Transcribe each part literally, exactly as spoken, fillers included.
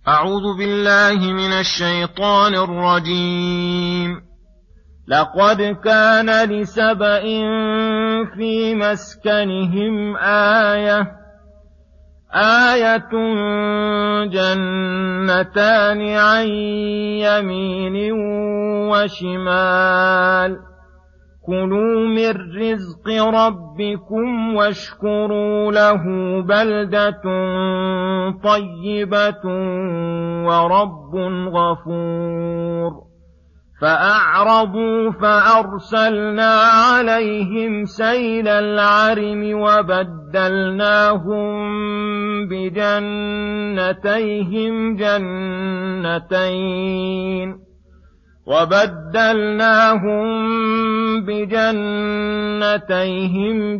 أعوذ بالله من الشيطان الرجيم. لقد كان لسبإ في مسكنهم آية آية جنتان عن يمين وشمال كلوا من رزق ربكم واشكروا له بلدة طيبة ورب غفور. فأعرضوا فأرسلنا عليهم سيل العرم وبدلناهم بجنتيهم جنتين وبدلناهم بجنتيهم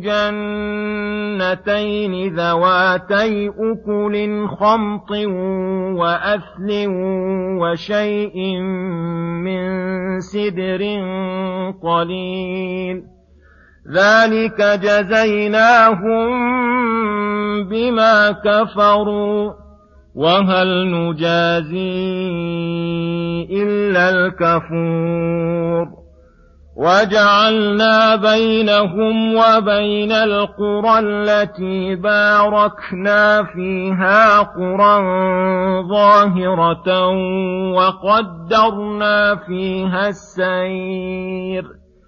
جنتين ذواتي أكل خمط وأثل وشيء من سدر قليل ذلك جزيناهم بما كفروا وهل نجازي إلا الكفور. وجعلنا بينهم وبين القرى التي باركنا فيها قرى ظاهرة وقدرنا فيها السير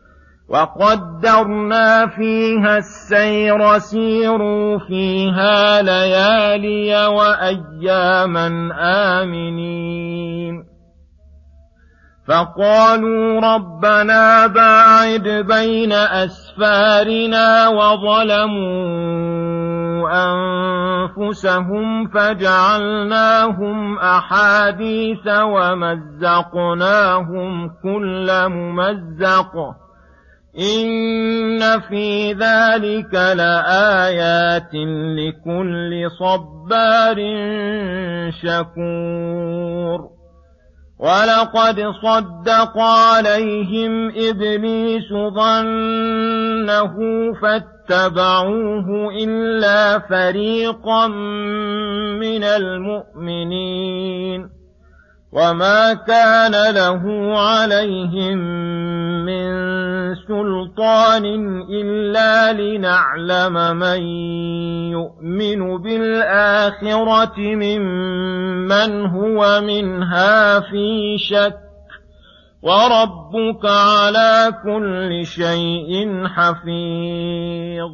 وقدرنا فيها السير سيروا فيها ليالي وأياما آمنين. فقالوا ربنا باعد بين أسفارنا وظلموا أنفسهم فجعلناهم أحاديث ومزقناهم كل ممزق إن في ذلك لآيات لكل صبار شكور. ولقد صدق عليهم إبليس ظنه فاتبعوه إلا فريقا من المؤمنين وما كان له عليهم من سلطان إلا لنعلم من يؤمن بالآخرة ممن هو منها في شك وربك على كل شيء حفيظ.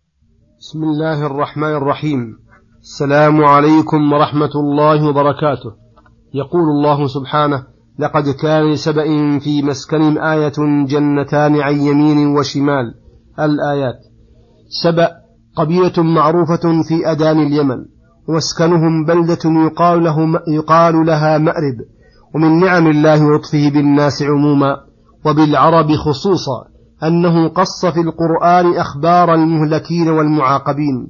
بسم الله الرحمن الرحيم. السلام عليكم ورحمة الله وبركاته. يقول الله سبحانه: لقد كان لسبإ في مسكنهم آية جنتان عن يمين وشمال. الآيات. سبأ قبيلة معروفة في أدان اليمن، ومسكنهم بلدة يقال, له يقال لها مأرب. ومن نعم الله ولطفه بالناس عموما وبالعرب خصوصا أنه قص في القرآن أخبار المهلكين والمعاقبين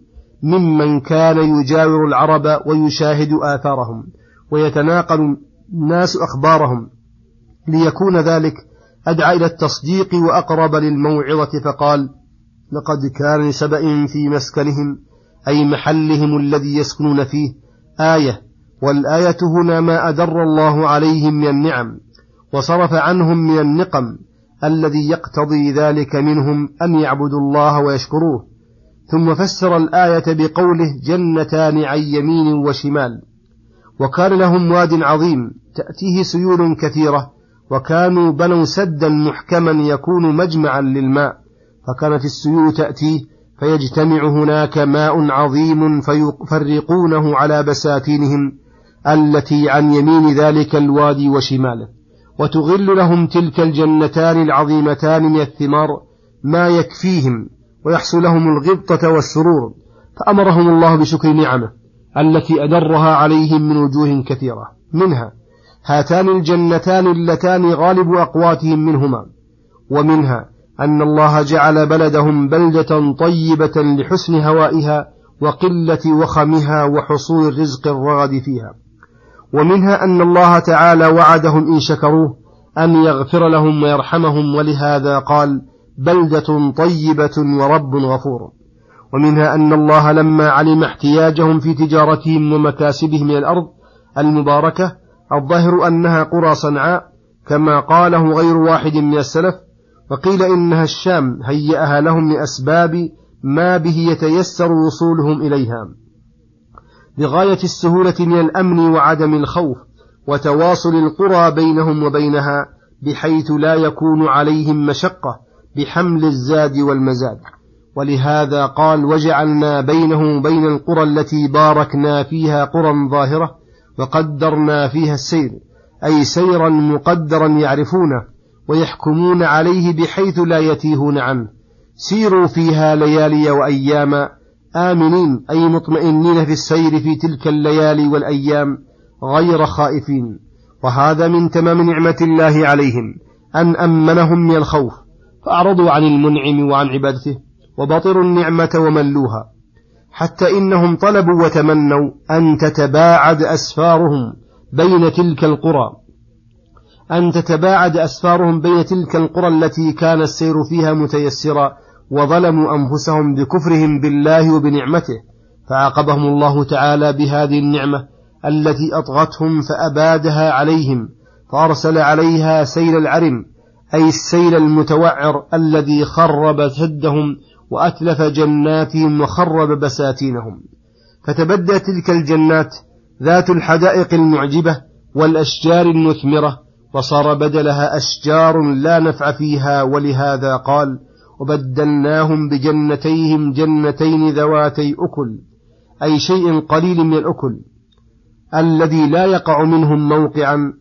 ممن كان يجاور العرب ويشاهد آثارهم ويتناقل الناس أخبارهم ليكون ذلك أدعى إلى التصديق وأقرب للموعظة. فقال: لقد كان لسبإ في مسكنهم أي محلهم الذي يسكنون فيه آية. والآية هنا ما أدر الله عليهم من النعم وصرف عنهم من النقم الذي يقتضي ذلك منهم أن يعبدوا الله ويشكروه. ثم فسر الآية بقوله جنتان عن يمين وشمال. وكان لهم واد عظيم تأتيه سيول كثيرة، وكانوا بنوا سدا محكما يكون مجمعا للماء، فكانت السيول تأتيه فيجتمع هناك ماء عظيم فيفرقونه على بساتينهم التي عن يمين ذلك الوادي وشماله، وتغل لهم تلك الجنتان العظيمتان من الثمار ما يكفيهم ويحصل لهم الغبطة والسرور. فأمرهم الله بشكر نعمه التي أدرها عليهم من وجوه كثيرة، منها هاتان الجنتان اللتان غالب أقواتهم منهما، ومنها أن الله جعل بلدهم بلدة طيبة لحسن هوائها وقلة وخمها وحصول الرزق الرغد فيها، ومنها أن الله تعالى وعدهم إن شكروه أن يغفر لهم ويرحمهم، ولهذا قال بلدة طيبة ورب غفور. ومنها أن الله لما علم احتياجهم في تجارتهم ومكاسبهم من الأرض المباركة، الظاهر أنها قرى صنعاء كما قاله غير واحد من السلف، وقيل إنها الشام هيأها لهم لأسباب ما به يتيسر وصولهم إليها بغاية السهولة من الأمن وعدم الخوف وتواصل القرى بينهم وبينها بحيث لا يكون عليهم مشقة بحمل الزاد والمزاد. ولهذا قال: وجعلنا بينهم وبين القرى التي باركنا فيها قرى ظاهرة وقدرنا فيها السير، أي سيرا مقدرا يعرفونه ويحكمون عليه بحيث لا يتيهون عنه. سيروا فيها ليالي وأيام آمنين، أي مطمئنين في السير في تلك الليالي والأيام غير خائفين. وهذا من تمام نعمة الله عليهم أن أمنهم من الخوف، فأعرضوا عن المنعم وعن عبادته وبطروا النعمة وملوها، حتى إنهم طلبوا وتمنوا أن تتباعد أسفارهم بين تلك القرى أن تتباعد أسفارهم بين تلك القرى التي كان السير فيها متيسرا، وظلموا أنفسهم بكفرهم بالله وبنعمته، فعاقبهم الله تعالى بهذه النعمة التي أطغتهم فأبادها عليهم، فأرسل عليها سيل العرم، أي السيل المتوعر الذي خرب سدهم وأتلف جناتهم وخرب بساتينهم. فتبدأ تلك الجنات ذات الحدائق المعجبة والأشجار المثمرة، وصار بدلها أشجار لا نفع فيها. ولهذا قال: وبدلناهم بجنتيهم جنتين ذواتي أكل، أي شيء قليل من الأكل الذي لا يقع منهم موقعا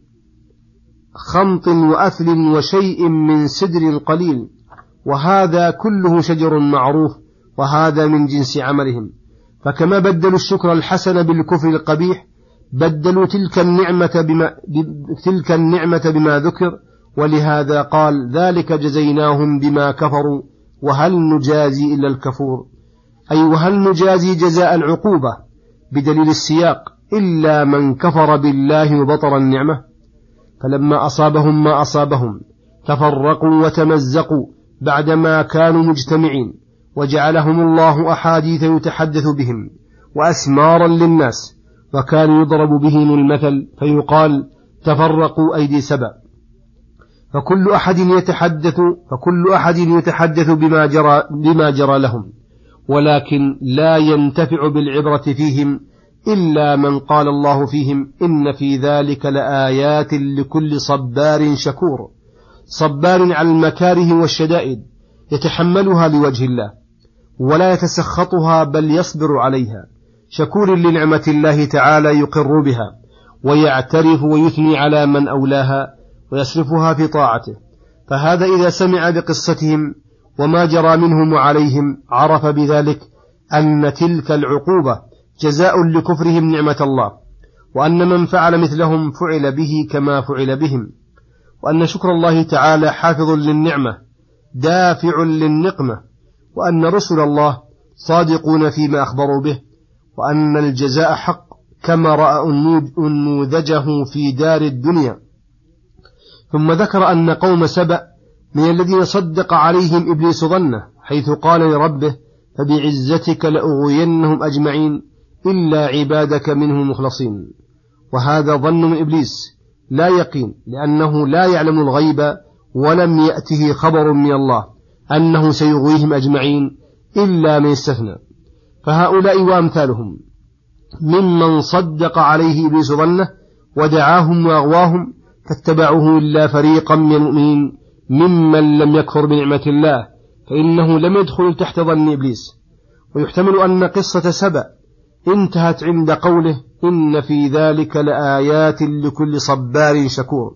خمط وأثل وشيء من سدر قليل، وهذا كله شجر معروف، وهذا من جنس عملهم. فكما بدلوا الشكر الحسن بالكفر القبيح، بدلوا تلك النعمة بما, تلك النعمة بما ذكر. ولهذا قال: ذلك جزيناهم بما كفروا وهل نجازي إلا الكفور، أي وهل نجازي جزاء العقوبة بدليل السياق إلا من كفر بالله وبطر النعمة. فلما أصابهم ما أصابهم تفرقوا وتمزقوا بعدما كانوا مجتمعين، وجعلهم الله أحاديث يتحدث بهم وأسمارا للناس، وكان يضرب بهم المثل فيقال: تفرقوا أيدي سبع. فكل أحد يتحدث فكل أحد يتحدث بما جرى, بما جرى لهم، ولكن لا ينتفع بالعبرة فيهم إلا من قال الله فيهم: إن في ذلك لآيات لكل صبار شكور، صبار على المكاره والشدائد يتحملها لوجه الله ولا يتسخطها بل يصبر عليها، شكور لنعمة الله تعالى يقر بها ويعترف ويثني على من أولاها ويصرفها في طاعته. فهذا إذا سمع بقصتهم وما جرى منهم وعليهم عرف بذلك أن تلك العقوبة جزاء لكفرهم نعمة الله، وأن من فعل مثلهم فعل به كما فعل بهم، وأن شكر الله تعالى حافظ للنعمة دافع للنقمة، وأن رسل الله صادقون فيما أخبروا به، وأن الجزاء حق كما رأى أنموذجه في دار الدنيا. ثم ذكر أن قوم سبأ من الذين صدق عليهم إبليس ظنه، حيث قال لربه: فبعزتك لأغوينهم أجمعين إلا عبادك منهم مخلصين. وهذا ظن من إبليس لا يقين، لأنه لا يعلم الغيب ولم يأته خبر من الله أنه سيغويهم أجمعين إلا من استثنى. فهؤلاء وأمثالهم ممن صدق عليه إبليس ظنه ودعاهم وأغواهم فاتبعوه إلا فريقا من المؤمنين ممن لم يكفر بنعمة الله، فإنه لم يدخل تحت ظن إبليس. ويحتمل أن قصة سبأ انتهت عند قوله: إن في ذلك لآيات لكل صبار شكور.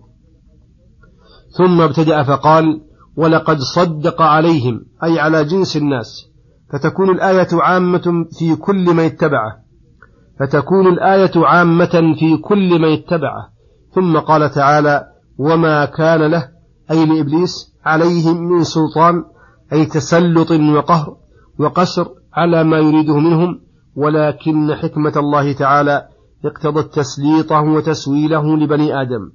ثم ابتدأ فقال: ولقد صدق عليهم، أي على جنس الناس، فتكون الآية عامة في كل من اتبعه فتكون الآية عامة في كل من اتبعه. ثم قال تعالى: وما كان له، أي لإبليس، عليهم من سلطان، أي تسلط وقهر وقسر على ما يريده منهم، ولكن حكمة الله تعالى اقتضت تسليطه وتسويله لبني آدم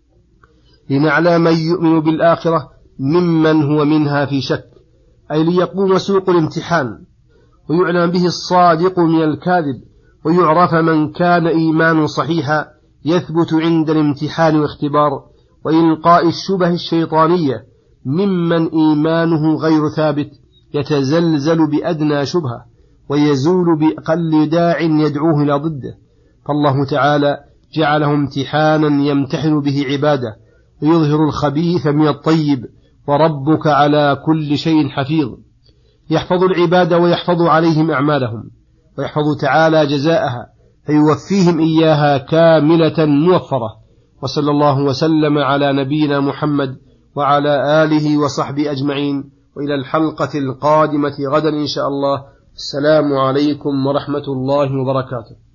لنعلم من يؤمن بالآخرة ممن هو منها في شك، أي ليقوم سوق الامتحان ويعلم به الصادق من الكاذب، ويعرف من كان إيمان صحيحا يثبت عند الامتحان والاختبار وإلقاء الشبه الشيطانية ممن إيمانه غير ثابت يتزلزل بأدنى شبهة ويزول بأقل داع يدعوه إلى ضده. فالله تعالى جعله امتحانا يمتحن به عباده ويظهر الخبيث من الطيب، وربك على كل شيء حفيظ، يحفظ العباد ويحفظ عليهم أعمالهم، ويحفظ تعالى جزاءها فيوفيهم إياها كاملة موفرة. وصلى الله وسلم على نبينا محمد وعلى آله وصحبه أجمعين، وإلى الحلقة القادمة غدا إن شاء الله. السلام عليكم ورحمة الله وبركاته.